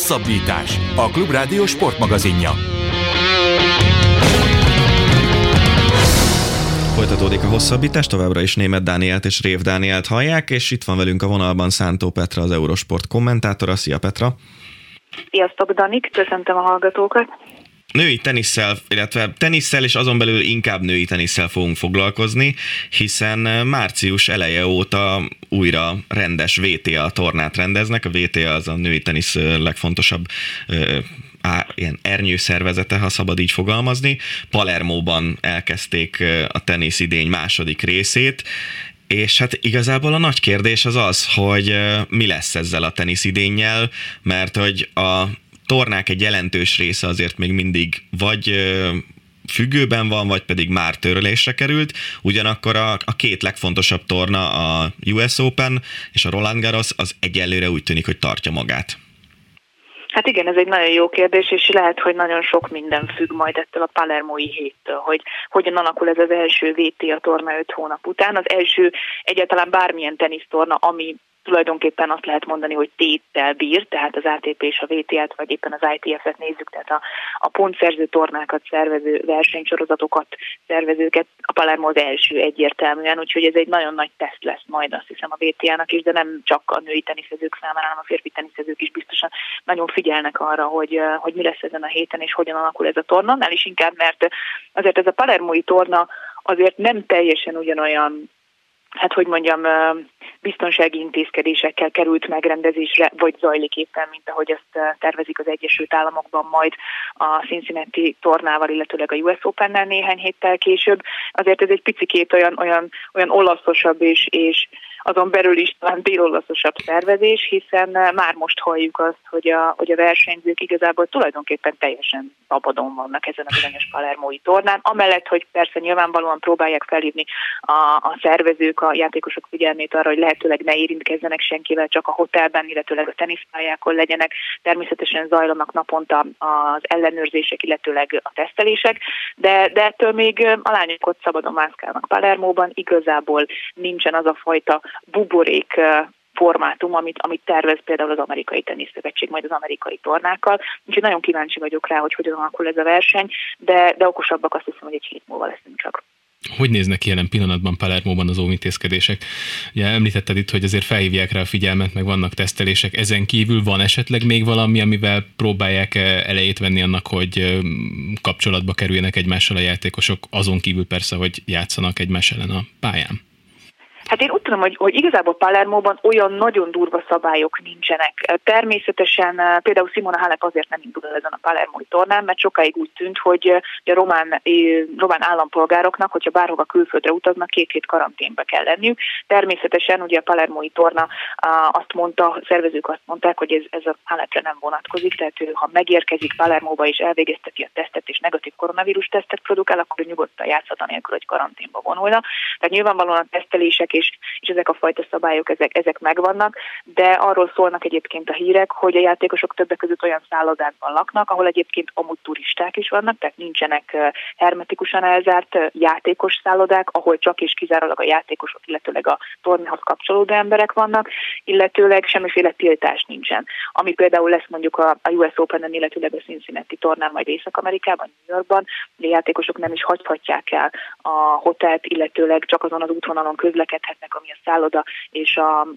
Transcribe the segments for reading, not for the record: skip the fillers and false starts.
Hosszabbítás, a Klubrádió sportmagazinja. Folytatódik a hosszabbítás, továbbra is Németh Dánielt és Rév Dánielt hallják, és itt van velünk a vonalban Szántó Petra, az Eurosport kommentátora. Szia Petra! Sziasztok Danik, köszöntöm a hallgatókat! Női tenisszel, illetve tenisszel és azon belül inkább női tenisszel fogunk foglalkozni, hiszen március eleje óta újra rendes VTA tornát rendeznek. A VTA az a női tenisz legfontosabb ilyen ernyőszervezete, ha szabad így fogalmazni. Palermóban elkezdték a teniszidény második részét, és hát igazából a nagy kérdés az, hogy mi lesz ezzel a teniszidénnyel, mert hogy a tornák egy jelentős része azért még mindig vagy függőben van, vagy pedig már törlésre került. Ugyanakkor a két legfontosabb torna, a US Open és a Roland Garros, az egyelőre úgy tűnik, hogy tartja magát. Hát igen, ez egy nagyon jó kérdés, és lehet, hogy nagyon sok minden függ majd ettől a palermói héttől, hogy hogyan alakul ez az első VTA torna 5 hónap után. Az első egyáltalán bármilyen tenisztorna, ami tulajdonképpen azt lehet mondani, hogy téttel bír, tehát az ATP és a VTA-t, vagy éppen az ITF-et nézzük, tehát a pontszerző tornákat szervező versenysorozatokat szervezőket, a Palermo az első egyértelműen, úgyhogy ez egy nagyon nagy teszt lesz majd, azt hiszem, a VTA-nak is, de nem csak a női teniszezők számára, hanem a férfi teniszezők is biztosan nagyon figyelnek arra, hogy mi lesz ezen a héten, és hogyan alakul ez a torna, annál is inkább, mert azért ez a palermói torna azért nem teljesen ugyanolyan, hát hogy mondjam, biztonsági intézkedésekkel került megrendezésre, vagy zajlik éppen, mint ahogy azt tervezik az Egyesült Államokban majd a Cincinnati tornával, illetőleg a US Opennel néhány héttel később. Azért ez egy picikét olyan olaszosabb és azon belül is talán dél-olaszosabb szervezés, hiszen már most halljuk azt, hogy a versenyzők igazából tulajdonképpen teljesen szabadon vannak ezen a bizonyos palermói tornán. Amellett, hogy persze nyilvánvalóan próbálják felhívni a szervezők a játékosok figyelmét arra, hogy lehetőleg ne érintkezzenek senkivel, csak a hotelben, illetőleg a teniszpályákon legyenek. Természetesen zajlanak naponta az ellenőrzések, illetőleg a tesztelések, de ettől még a lányok ott szabadon mászkálnak Palermóban. Igazából nincsen az a fajta buborék formátum, amit tervez például az amerikai teniszszövetség, majd az amerikai tornákkal. Úgyhogy nagyon kíváncsi vagyok rá, hogy hogyan alakul ez a verseny, de okosabbak azt hiszem, hogy egy hét múlva leszünk csak. Hogy néznek ki jelen pillanatban Palermóban az óvintézkedések? Ugye említetted itt, hogy azért felhívják rá a figyelmet, meg vannak tesztelések. Ezen kívül van esetleg még valami, amivel próbálják elejét venni annak, hogy kapcsolatba kerüljenek egymással a játékosok, azon kívül persze, hogy játszanak egymás ellen a pályán? Hát én úgy tudom, hogy igazából Palermóban olyan nagyon durva szabályok nincsenek. Természetesen például Simona Halep azért nem indul el ezen a palermói tornán, mert sokáig úgy tűnt, hogy a román állampolgároknak, hogyha bárhova külföldre utaznak, 2 hét karanténba kell lenniük. Természetesen ugye a palermói torna azt mondta, a szervezők azt mondták, hogy ez a Halepre nem vonatkozik, tehát ő, ha megérkezik Palermóba és elvégezteti a tesztet és negatív koronavírus tesztet produkál, akkor nyugodtan játszhat anélkül, hogy karanténba vonulna. Tehát nyilvánvalóan a tesztelések és ezek a fajta szabályok, ezek megvannak, de arról szólnak egyébként a hírek, hogy a játékosok többek között olyan szállodákban laknak, ahol egyébként amúgy turisták is vannak, tehát nincsenek hermetikusan elzárt játékos szállodák, ahol csak és kizárólag a játékosok, illetőleg a tornához kapcsolódó emberek vannak, illetőleg semmiféle tiltás nincsen. Ami például lesz mondjuk a US Open-en, illetőleg a Cincinnati tornán, majd Észak-Amerikában, New Yorkban, a játékosok nem is hagyhatják el a hotelt, illetőleg csak azon az útvonalon közlekedhetnek, ami a szálloda és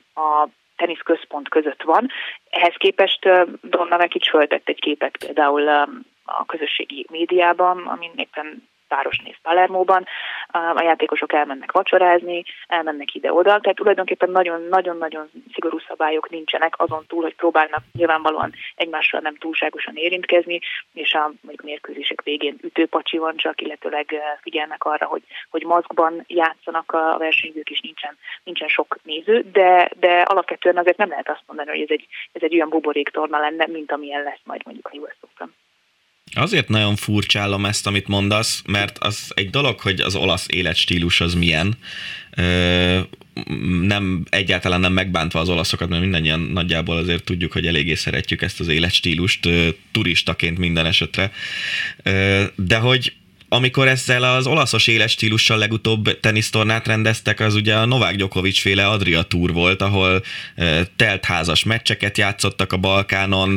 a teniszközpont között van. Ehhez képest Donna Vekic föltett egy képet például a közösségi médiában, amin éppen páros néz Palermóban, a játékosok elmennek vacsorázni, elmennek ide-oda, tehát tulajdonképpen nagyon-nagyon szigorú szabályok nincsenek, azon túl, hogy próbálnak nyilvánvalóan egymással nem túlságosan érintkezni, és a mondjuk mérkőzések végén ütőpacsi van csak, illetőleg figyelnek arra, hogy maszkban játszanak a versenyzők, és nincsen sok néző, de alapvetően azért nem lehet azt mondani, hogy ez egy olyan buboréktorna lenne, mint amilyen lesz majd mondjuk a US Open. Azért nagyon furcsálom ezt, amit mondasz, mert az egy dolog, hogy az olasz életstílus az milyen, egyáltalán nem megbántva az olaszokat, mert mindannyian nagyjából azért tudjuk, hogy eléggé szeretjük ezt az életstílust turistaként minden esetre, de hogy amikor ezzel az olaszos éles stílussal legutóbb tenisztornát rendeztek, az ugye a Novák Djokovic féle Adria Tour volt, ahol teltházas meccseket játszottak a Balkánon,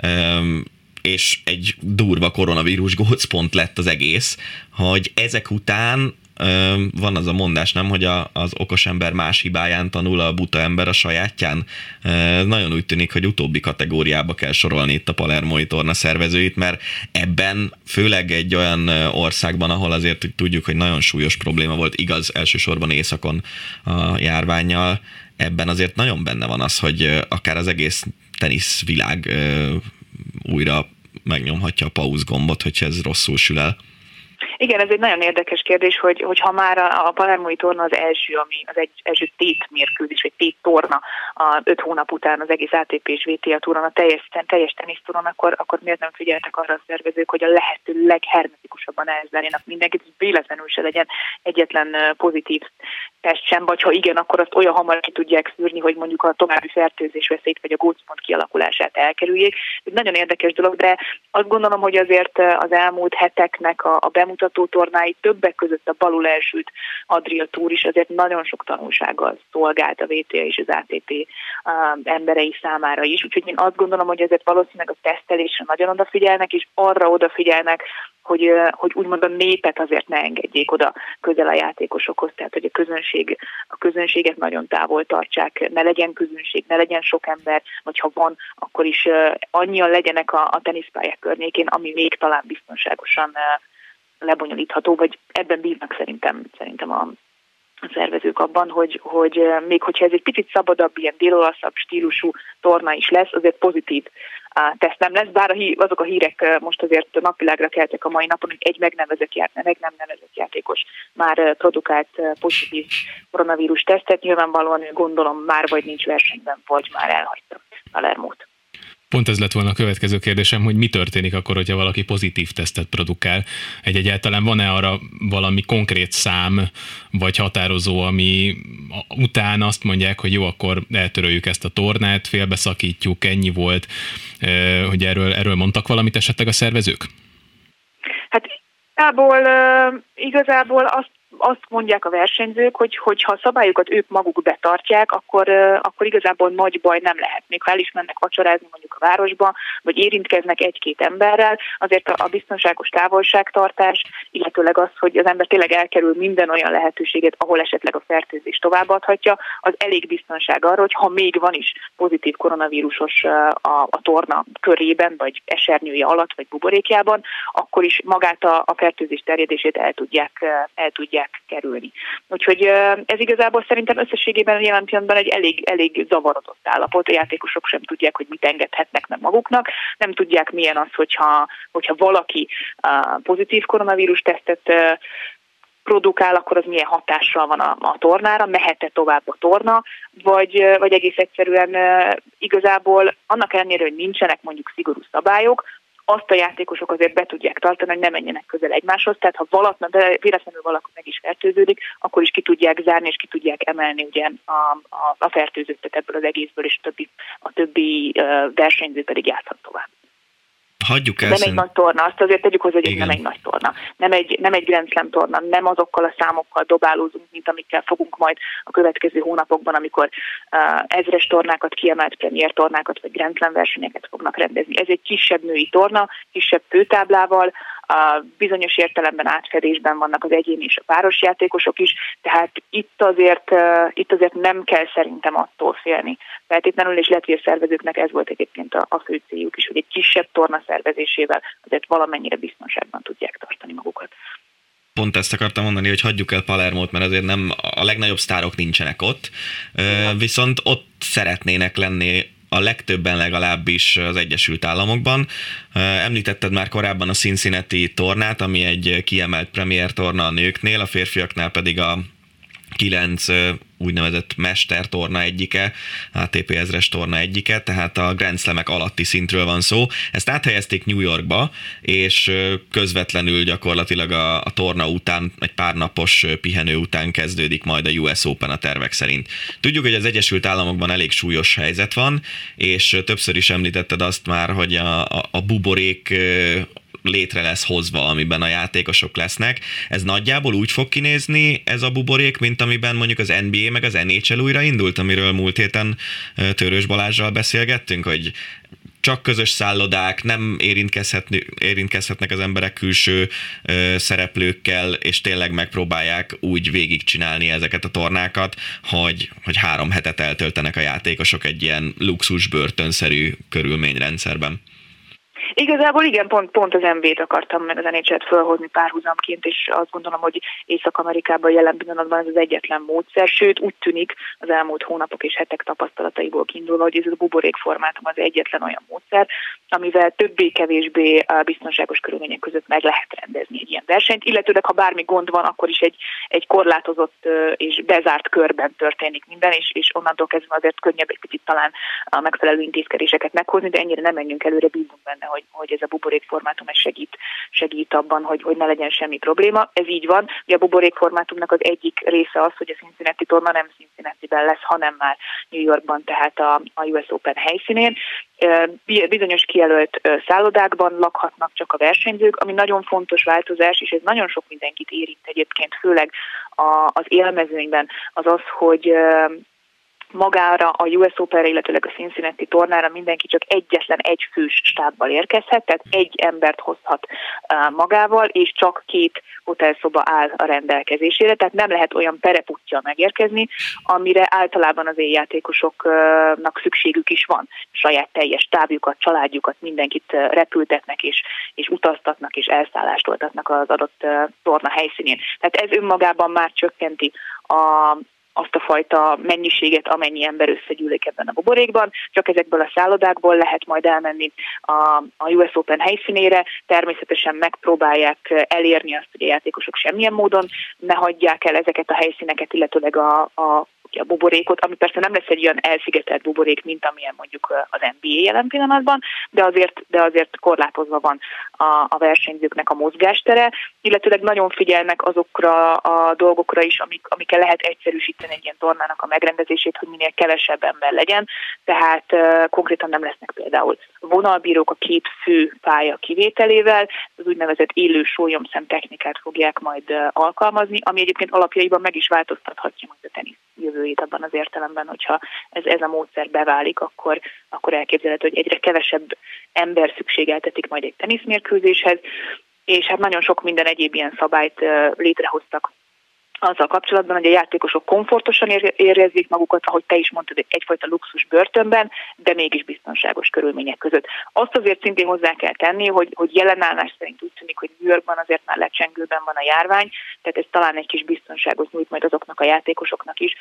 és egy durva koronavírus gócpont lett az egész, hogy ezek után van az a mondás, nem, hogy az okos ember más hibáján tanul, a buta ember a sajátján. Nagyon úgy tűnik, hogy utóbbi kategóriába kell sorolni itt a palermói torna szervezőit, mert ebben főleg egy olyan országban, ahol azért tudjuk, hogy nagyon súlyos probléma volt, igaz, elsősorban északon a járvánnyal, ebben azért nagyon benne van az, hogy akár az egész teniszvilág újra megnyomhatja a pauz gombot, hogyha ez rosszul sül el. Igen, ez egy nagyon érdekes kérdés, hogy ha már a palermói torna az első, ami az első tétmérkőzés, vagy téttorna a 5 hónap után az egész ATP és VTA túron, a teljes tenisztoron, akkor miért nem figyeltek arra a szervezők, hogy a lehető leghermetikusabban elzárjanak mindenkit, hogy véletlenül se legyen egyetlen pozitív test sem, vagy ha igen, akkor azt olyan hamar ki tudják szűrni, hogy mondjuk a további fertőzés veszélyt vagy a gócpont kialakulását elkerüljék. Ez nagyon érdekes dolog, de azt gondolom, hogy azért az elmúlt heteknek a bemutató tornái, többek között a balul elsült Adria Tour is azért nagyon sok tanulsággal szolgált a VTA és az ATP emberei számára is. Úgyhogy én azt gondolom, hogy ezért valószínűleg a tesztelésre nagyon odafigyelnek, és arra odafigyelnek, hogy úgymond a népet azért ne engedjék oda közel a játékosokhoz, tehát hogy a közönséget nagyon távol tartsák, ne legyen közönség, ne legyen sok ember, vagy ha van, akkor is annyian legyenek a teniszpályák környékén, ami még talán biztonságosan lebonyolítható, vagy ebben bíznak szerintem a szervezők abban, hogy még hogyha ez egy picit szabadabb, ilyen dél-olaszabb stílusú torna is lesz, azért pozitív teszt nem lesz, bár azok a hírek most azért napvilágra keltek a mai napon, hogy egy meg nem nevezett játékos már produkált pozitív koronavírus tesztet, nyilvánvalóan gondolom már vagy nincs versenyben, vagy már elhagyta Palermót. Pont ez lett volna a következő kérdésem, hogy mi történik akkor, hogyha valaki pozitív tesztet produkál. Egyáltalán van-e arra valami konkrét szám, vagy határozó, ami után azt mondják, hogy jó, akkor eltöröljük ezt a tornát, félbeszakítjuk, ennyi volt, hogy erről mondtak valamit esetleg a szervezők? Hát igazából azt mondják a versenyzők, hogy ha a szabályokat ők maguk betartják, akkor igazából nagy baj nem lehet. Még ha el is mennek vacsorázni mondjuk a városba, vagy érintkeznek egy-két emberrel, azért a biztonságos távolságtartás, illetőleg az, hogy az ember tényleg elkerül minden olyan lehetőséget, ahol esetleg a fertőzés továbbadhatja, az elég biztonság arra, hogy ha még van is pozitív koronavírusos a torna körében, vagy esernyője alatt, vagy buborékjában, akkor is magát a fertőzés terjedését el tudják kerülni. Úgyhogy ez igazából szerintem összességében jelen pillanatban egy elég zavarodott állapot. A játékosok sem tudják, hogy mit engedhetnek meg maguknak, nem tudják milyen az, hogyha valaki pozitív koronavírus tesztet produkál, akkor az milyen hatással van a tornára, mehet-e tovább a torna, vagy egész egyszerűen igazából annak ellenére, hogy nincsenek mondjuk szigorú szabályok, azt a játékosok azért be tudják tartani, hogy ne menjenek közel egymáshoz, tehát ha véletlenül valaki meg is fertőződik, akkor is ki tudják zárni, és ki tudják emelni ugye a fertőzöttet ebből az egészből, és a többi versenyző pedig játszhat tovább. Hagyjuk el. Nem egy nagy torna, azt azért tegyük hozzá, hogy nem egy nagy torna. Nem egy Grand Slam torna, nem azokkal a számokkal dobálózunk, mint amikkel fogunk majd a következő hónapokban, amikor ezres tornákat, kiemelt premier tornákat, vagy Grand Slam versenyeket fognak rendezni. Ez egy kisebb női torna, kisebb főtáblával, bizonyos értelemben átfedésben vannak az egyéni és a páros játékosok is, tehát itt azért nem kell szerintem attól félni. Feltétlenül, és lehet, hogy a szervezőknek ez volt egyébként a fő céljuk is, hogy egy kisebb torna szervezésével azért valamennyire biztonságban tudják tartani magukat. Pont ezt akartam mondani, hogy hagyjuk el Palermót, mert azért nem a legnagyobb sztárok nincsenek ott, viszont ott szeretnének lenni a legtöbben legalábbis az Egyesült Államokban. Említetted már korábban a Cincinnati tornát, ami egy kiemelt premier torna a nőknél, a férfiaknál pedig a 9 úgynevezett mestertorna egyike, ATP ezres torna egyike, tehát a Grand Slamek alatti szintről van szó. Ezt áthelyezték New Yorkba, és közvetlenül gyakorlatilag a torna után, egy pár napos pihenő után kezdődik majd a US Open a tervek szerint. Tudjuk, hogy az Egyesült Államokban elég súlyos helyzet van, és többször is említetted azt már, hogy a buborék létre lesz hozva, amiben a játékosok lesznek. Ez nagyjából úgy fog kinézni ez a buborék, mint amiben mondjuk az NBA meg az NHL újra indult, amiről múlt héten Törős Balázsral beszélgettünk, hogy csak közös szállodák, nem érintkezhetnek az emberek külső szereplőkkel, és tényleg megpróbálják úgy végigcsinálni ezeket a tornákat, hogy 3 hetet eltöltenek a játékosok egy ilyen luxus börtönszerű körülményrendszerben. Igazából igen, pont az NBA-t akartam meg az NHL-t felhozni párhuzamként, és azt gondolom, hogy Észak-Amerikában jelen pillanatban ez az egyetlen módszer, sőt úgy tűnik az elmúlt hónapok és hetek tapasztalataiból kiindulva, hogy ez a buborék formátum az egyetlen olyan módszer, amivel többé-kevésbé biztonságos körülmények között meg lehet rendezni egy ilyen versenyt, illetőleg ha bármi gond van, akkor is egy korlátozott és bezárt körben történik minden, és onnantól kezdve azért könnyebb egy picit talán a megfelelő intézkedéseket meghozni, de ennyire nem menjünk előre, bízunk benne, hogy ez a buborék formátum segít abban, hogy ne legyen semmi probléma. Ez így van. Ugye a buborék formátumnak az egyik része az, hogy a Cincinnati torna nem Cincinnatiben lesz, hanem már New Yorkban, tehát a US Open helyszínén. Bizonyos kijelölt szállodákban lakhatnak csak a versenyzők, ami nagyon fontos változás, és ez nagyon sok mindenkit érint egyébként, főleg az élmezőnyben, az az, hogy magára a US Openre, illetőleg a Cincinnati tornára mindenki csak egyetlen egy fős stábbal érkezhet, tehát egy embert hozhat magával, és csak 2 hotelszoba áll a rendelkezésére, tehát nem lehet olyan pereputtyal megérkezni, amire általában az éljátékosoknak szükségük is van. Saját teljes stábjukat, családjukat, mindenkit repültetnek, és utaztatnak, és elszállástoltatnak az adott torna helyszínén. Tehát ez önmagában már csökkenti azt a fajta mennyiséget, amennyi ember összegyűlik ebben a buborékban, csak ezekből a szállodákból lehet majd elmenni a US Open helyszínére, természetesen megpróbálják elérni azt, hogy a játékosok semmilyen módon ne hagyják el ezeket a helyszíneket, illetőleg a buborékot, ami persze nem lesz egy olyan elszigetelt buborék, mint amilyen mondjuk az NBA jelen pillanatban, de azért korlátozva van a versenyzőknek a mozgástere, illetőleg nagyon figyelnek azokra a dolgokra is, amikkel lehet egyszerűsíteni egy ilyen tornának a megrendezését, hogy minél kevesebb ember legyen, tehát konkrétan nem lesznek például vonalbírók a 2 fő pálya kivételével, az úgynevezett élő sólyomszem technikát fogják majd alkalmazni, ami egyébként alapjaiban meg is változtathatja majd a tenisz jövőjét abban az értelemben, hogyha ez a módszer beválik, akkor elképzelhető, hogy egyre kevesebb ember szükségeltetik majd egy teniszmérkőzéshez, és hát nagyon sok minden egyéb ilyen szabályt létrehoztak azzal kapcsolatban, hogy a játékosok komfortosan érezzék magukat, ahogy te is mondtad, egyfajta luxus börtönben, de mégis biztonságos körülmények között. Azt azért szintén hozzá kell tenni, hogy jelen állás szerint úgy tűnik, hogy New Yorkban azért már lecsengőben van a járvány, tehát ez talán egy kis biztonságot nyújt majd azoknak a játékosoknak is,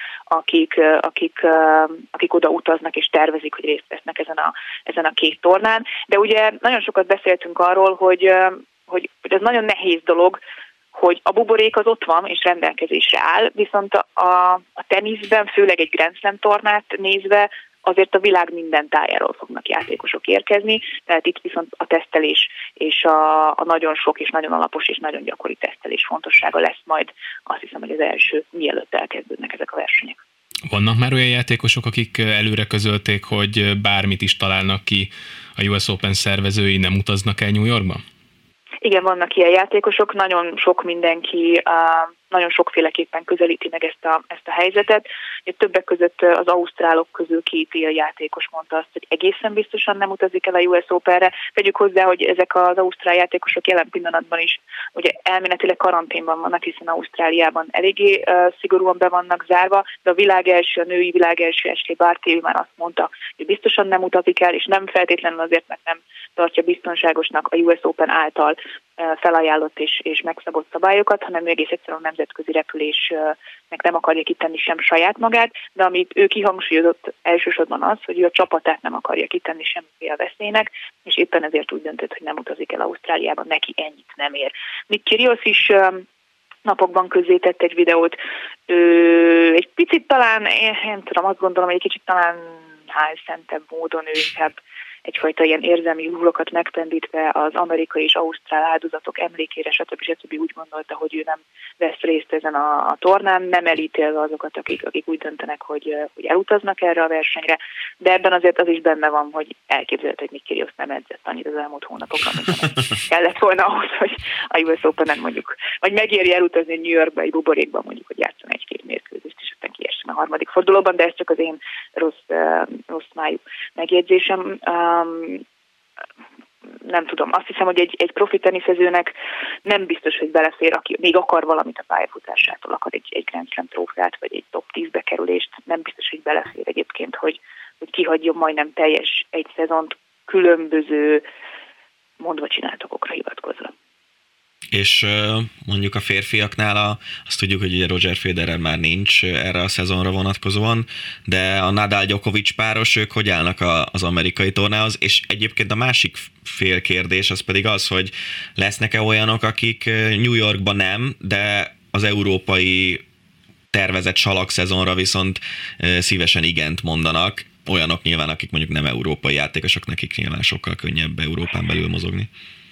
akik oda utaznak és tervezik, hogy részt vesznek ezen a 2 tornán. De ugye nagyon sokat beszéltünk arról, hogy ez nagyon nehéz dolog, hogy a buborék az ott van és rendelkezésre áll, viszont a teniszben, főleg egy Grand Slam tornát nézve, azért a világ minden tájáról fognak játékosok érkezni, tehát itt viszont a tesztelés és a nagyon sok és nagyon alapos és nagyon gyakori tesztelés fontossága lesz majd, azt hiszem, hogy az első, mielőtt elkezdődnek ezek a versenyek. Vannak már olyan játékosok, akik előre közölték, hogy bármit is találnak ki a US Open szervezői, nem utaznak el New Yorkba? Igen, vannak ilyen játékosok, nagyon sok mindenki nagyon sokféleképpen közelíti meg ezt a helyzetet. Többek között az ausztrálok közül 2 ilyen játékos mondta azt, hogy egészen biztosan nem utazik el a US Openre. Tegyük hozzá, hogy ezek az ausztrál játékosok jelen pillanatban is ugye elméletileg karanténban vannak, hiszen Ausztráliában eléggé szigorúan be vannak zárva, de a női világelső Ashley Barty már azt mondta, hogy biztosan nem utazik el, és nem feltétlenül azért, mert nem tartja biztonságosnak a US Open által felajánlott és megszabott szabályokat, hanem egész egyszerűen a nemzetközi repülésnek nem akarja kitenni sem saját magát, de amit ő kihangsúlyozott elsősorban az, hogy ő a csapatát nem akarja kitenni semmiféle veszélynek, és éppen ezért úgy döntött, hogy nem utazik el Ausztráliában, neki ennyit nem ér. Nick Kyrgios is napokban közzétett egy videót, egy picit talán, én tudom, azt gondolom, hogy egy kicsit talán álszentebb módon ő egyfajta ilyen érzelmi húrokat megpendítve az amerikai és ausztrál áldozatok emlékére, stb. Úgy gondolta, hogy ő nem vesz részt ezen a tornán, nem elítélve azokat, akik úgy döntenek, hogy elutaznak erre a versenyre, de ebben azért az is benne van, hogy elképzelhető, hogy Nick Kyrgios nem edzett annyit az elmúlt hónapokban, mint kellett volna ahhoz, hogy a US Open-en mondjuk, vagy megéri elutazni New Yorkba, egy buborékban mondjuk, hogy játszon egy-két mérkőzést, és aztán kiessen a harmadik fordulóban, de ez csak az én rossz májú megjegyzésem. Nem tudom, azt hiszem, hogy egy profi teniszezőnek nem biztos, hogy belefér, aki még akar valamit a pályafutásától, akar egy Grand Slam trófeát, vagy egy top 10 bekerülést, nem biztos, hogy belefér egyébként, hogy kihagyjon majdnem teljes egy szezont különböző mondva csináltakokra hivatkozva. És mondjuk a férfiaknál azt tudjuk, hogy ugye Roger Federer már nincs erre a szezonra vonatkozóan, de a Nadal-Djokovic páros, ők hogy állnak az amerikai tornához, és egyébként a másik fél kérdés az pedig az, hogy lesznek-e olyanok, akik New Yorkban nem, de az európai tervezett salakszezonra viszont szívesen igent mondanak, olyanok nyilván, akik mondjuk nem európai játékosok, nekik nyilván sokkal könnyebb Európán belül mozogni.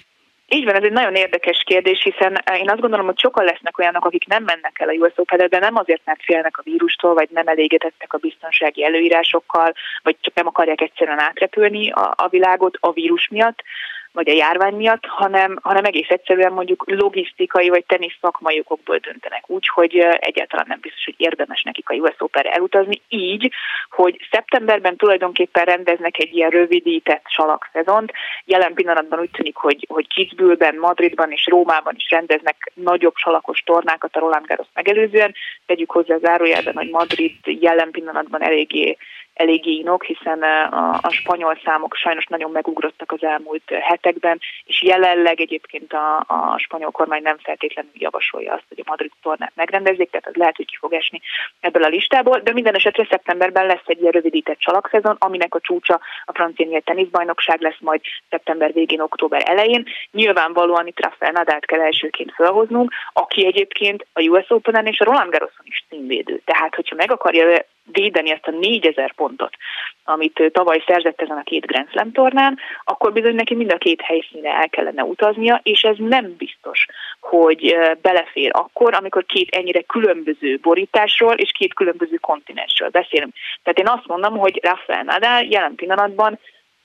Így van, ez egy nagyon érdekes kérdés, hiszen én azt gondolom, hogy sokan lesznek olyanok, akik nem mennek el a US Open-re, de nem azért, mert félnek a vírustól, vagy nem elégedettek a biztonsági előírásokkal, vagy csak nem akarják egyszerűen átrepülni a világot a vírus miatt, vagy a járvány miatt, hanem egész egyszerűen mondjuk logisztikai vagy tenisz szakmai okokból döntenek úgy, hogy egyáltalán nem biztos, hogy érdemes nekik a US Open-re elutazni, így, hogy szeptemberben tulajdonképpen rendeznek egy ilyen rövidített salakszezont. Jelen pillanatban úgy tűnik, hogy Kitzbühelben, Madridban és Rómában is rendeznek nagyobb salakos tornákat a Roland Garros megelőzően. Tegyük hozzá zárójelben, hogy Madrid jelen pillanatban eléggé inok, hiszen a spanyol számok sajnos nagyon megugrottak az elmúlt hetekben, és jelenleg egyébként a spanyol kormány nem feltétlenül javasolja azt, hogy a Madrid tornát megrendezzék, tehát az lehet, hogy ki fog esni ebből a listából, de minden esetre szeptemberben lesz egy ilyen rövidített salakszezon, aminek a csúcsa a francia nyílt teniszbajnokság lesz majd szeptember végén, október elején. Nyilvánvalóan itt Rafael Nadalt kell elsőként felhoznunk, aki egyébként a US Open-en és a Roland Garroson is címvédő. Tehát, hogyha meg akarja védeni ezt a 4000 pontot, amit tavaly szerzett ezen a két Grand Slam tornán, akkor bizony neki mind a két helyszínre el kellene utaznia, és ez nem biztos, hogy belefér akkor, amikor két ennyire különböző borításról és két különböző kontinensről beszélünk. Tehát én azt mondom, hogy Rafael Nadal jelen pillanatban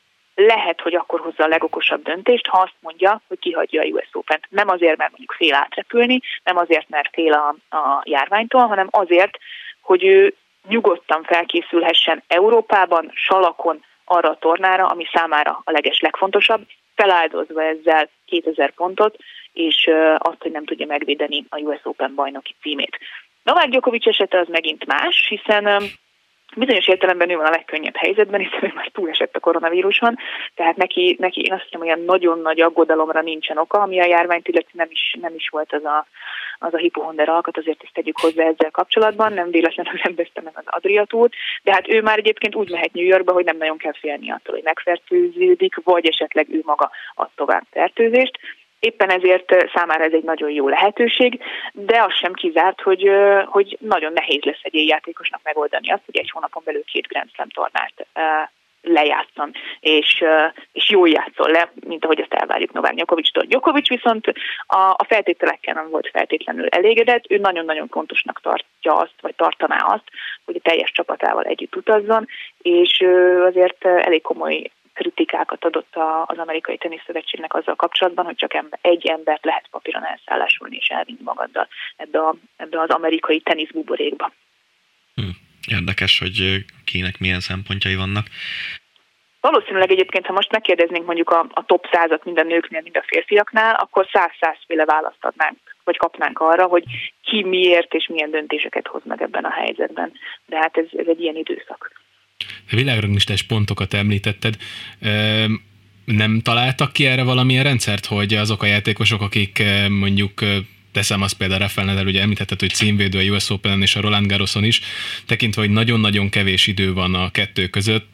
lehet, hogy akkor hozza a legokosabb döntést, ha azt mondja, hogy kihagyja a US Open-t. Nem azért, mert mondjuk fél átrepülni, nem azért, mert fél a járványtól, hanem azért, hogy ő nyugodtan felkészülhessen Európában, salakon arra a tornára, ami számára a legfontosabb, feláldozva ezzel 2000 pontot, és azt, hogy nem tudja megvédeni a US Open bajnoki címét. Novák Djokovic esete az megint más, hiszen bizonyos értelemben ő van a legkönnyebb helyzetben, hiszen ő már túlesett a koronavíruson, tehát neki én azt hiszem, olyan nagyon nagy aggodalomra nincsen oka, ami a járványt illeti nem is volt az a hipohonder alkat, azért ezt tegyük hozzá ezzel kapcsolatban, nem véletlenül rendezte meg az Adriatúrt, de hát ő már egyébként úgy mehet New Yorkba, hogy nem nagyon kell félni attól, hogy megfertőződik, vagy esetleg ő maga ad tovább fertőzést. Éppen ezért számára ez egy nagyon jó lehetőség, de az sem kizárt, hogy nagyon nehéz lesz egy játékosnak megoldani azt, hogy egy hónapon belül 2 Grand Slam tornát lejátszon, és jól játszol le, mint ahogy azt elvárjuk Novák Djokovictól. Djokovic viszont a feltételekkel nem volt feltétlenül elégedett, ő nagyon-nagyon fontosnak tartja azt, vagy tartaná azt, hogy a teljes csapatával együtt utazzon, és azért elég komoly kritikákat adott az Amerikai Teniszszövetségnek azzal kapcsolatban, hogy csak egy embert lehet papíron elszállásolni és elvinni magaddal ebbe az amerikai teniszbuborékba. Érdekes, hogy kinek milyen szempontjai vannak. Valószínűleg egyébként, ha most megkérdeznénk mondjuk a top 100-at mind a nőknél, mind a férfiaknál, akkor 100 féle választ adnánk, vagy kapnánk arra, hogy ki miért és milyen döntéseket hoz meg ebben a helyzetben. De hát ez egy ilyen időszak. A világranglistás pontokat említetted. Nem találtak ki erre valamilyen rendszert, hogy azok a játékosok, akik mondjuk teszem azt például Rafael Nadal, ugye említetted, hogy címvédő a US Open-en és a Roland Garroson is, tekintve, hogy nagyon-nagyon kevés idő van a kettő között,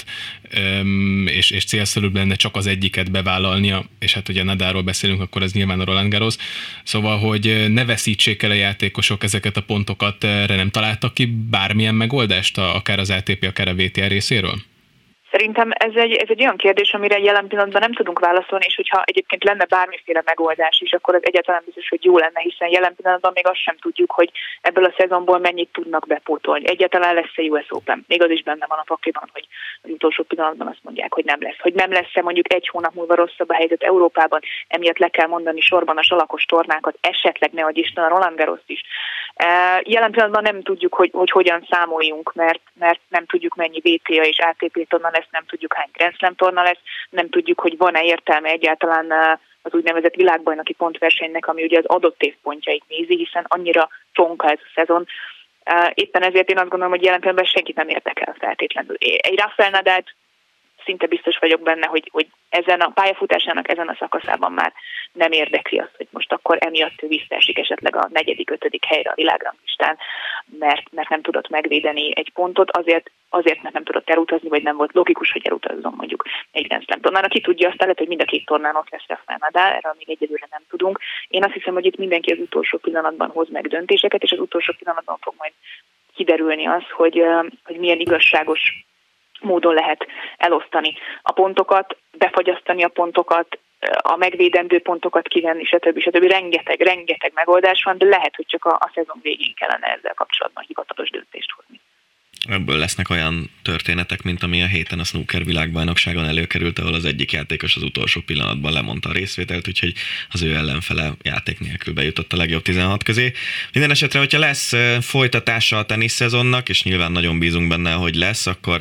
és célszerűbb lenne csak az egyiket bevállalnia, és hát ugye Nadalról beszélünk, akkor ez nyilván a Roland Garros. Szóval, hogy ne veszítsék el a játékosok ezeket a pontokat, erre nem találtak ki bármilyen megoldást, akár az ATP, akár a WTA részéről? Szerintem ez egy olyan kérdés, amire jelen pillanatban nem tudunk válaszolni, és hogyha egyébként lenne bármiféle megoldás is, akkor az egyáltalán biztos, hogy jó lenne, hiszen jelen pillanatban még azt sem tudjuk, hogy ebből a szezonból mennyit tudnak bepótolni. Egyáltalán lesz-e US Open? Még az is benne van a pakliban, hogy az utolsó pillanatban azt mondják, hogy nem lesz. Hogy nem lesz-e mondjuk egy hónap múlva rosszabb a helyzet Európában, emiatt le kell mondani sorban a salakos tornákat, esetleg ne adj Isten a Roland Garrost is. Jelen pillanatban nem tudjuk, hogy hogyan számoljunk, mert nem tudjuk mennyi WTA és ATP torna lesz, nem tudjuk hány Grand Slam torna lesz, nem tudjuk, hogy van-e értelme egyáltalán az úgynevezett világbajnoki pontversenynek, ami ugye az adott év pontjait nézi, hiszen annyira csonka ez a szezon. Éppen ezért én azt gondolom, hogy jelen pillanatban senkit nem érdekel feltétlenül. Egy Rafael Nadált szinte biztos vagyok benne, hogy ezen a pályafutásának ezen a szakaszában már nem érdekli azt, hogy most akkor emiatt ő visszaesik esetleg a 4.-5. helyre a világranglistán, mert nem tudott megvédeni egy pontot, azért, mert nem tudott elutazni, vagy nem volt logikus, hogy elutazzon mondjuk egy Grand Slam tornára. Ki tudja, aztán lehet, hogy mind a két tornán ott lesz Rafael Nadal, erről még egyelőre nem tudunk. Én azt hiszem, hogy itt mindenki az utolsó pillanatban hoz meg döntéseket, és az utolsó pillanatban fog majd kiderülni az, hogy milyen igazságos módon lehet elosztani a pontokat, befagyasztani a pontokat, a megvédendő pontokat kivenni, stb. Rengeteg megoldás van, de lehet, hogy csak a szezon végén kellene ezzel kapcsolatban hivatalos döntést hozni. Ebből lesznek olyan történetek, mint ami a héten a snooker világbajnokságon előkerült, ahol az egyik játékos az utolsó pillanatban lemondta a részvételt, úgyhogy az ő ellenfele játék nélkül bejutott a legjobb 16 közé. Minden esetre, hogyha lesz folytatása a teniszszezonnak, és nyilván nagyon bízunk benne, hogy lesz, akkor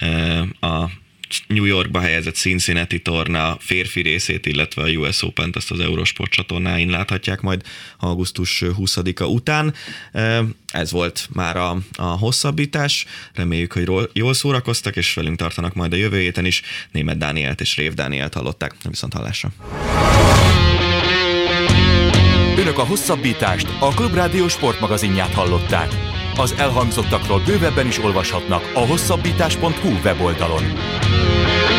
a New Yorkba helyezett Cincinnati torna férfi részét, illetve a US Open-t azt az Eurosport csatornáin láthatják majd augusztus 20-a után. Ez volt már a hosszabbítás. Reméljük, hogy jól szórakoztak, és velünk tartanak majd a jövő héten is. Németh Dánielt és Rév Dánielt hallották. Viszont hallásra. Önök a hosszabbítást, a Klubrádió sportmagazinját hallották. Az elhangzottakról bővebben is olvashatnak a hosszabbítás.hu weboldalon.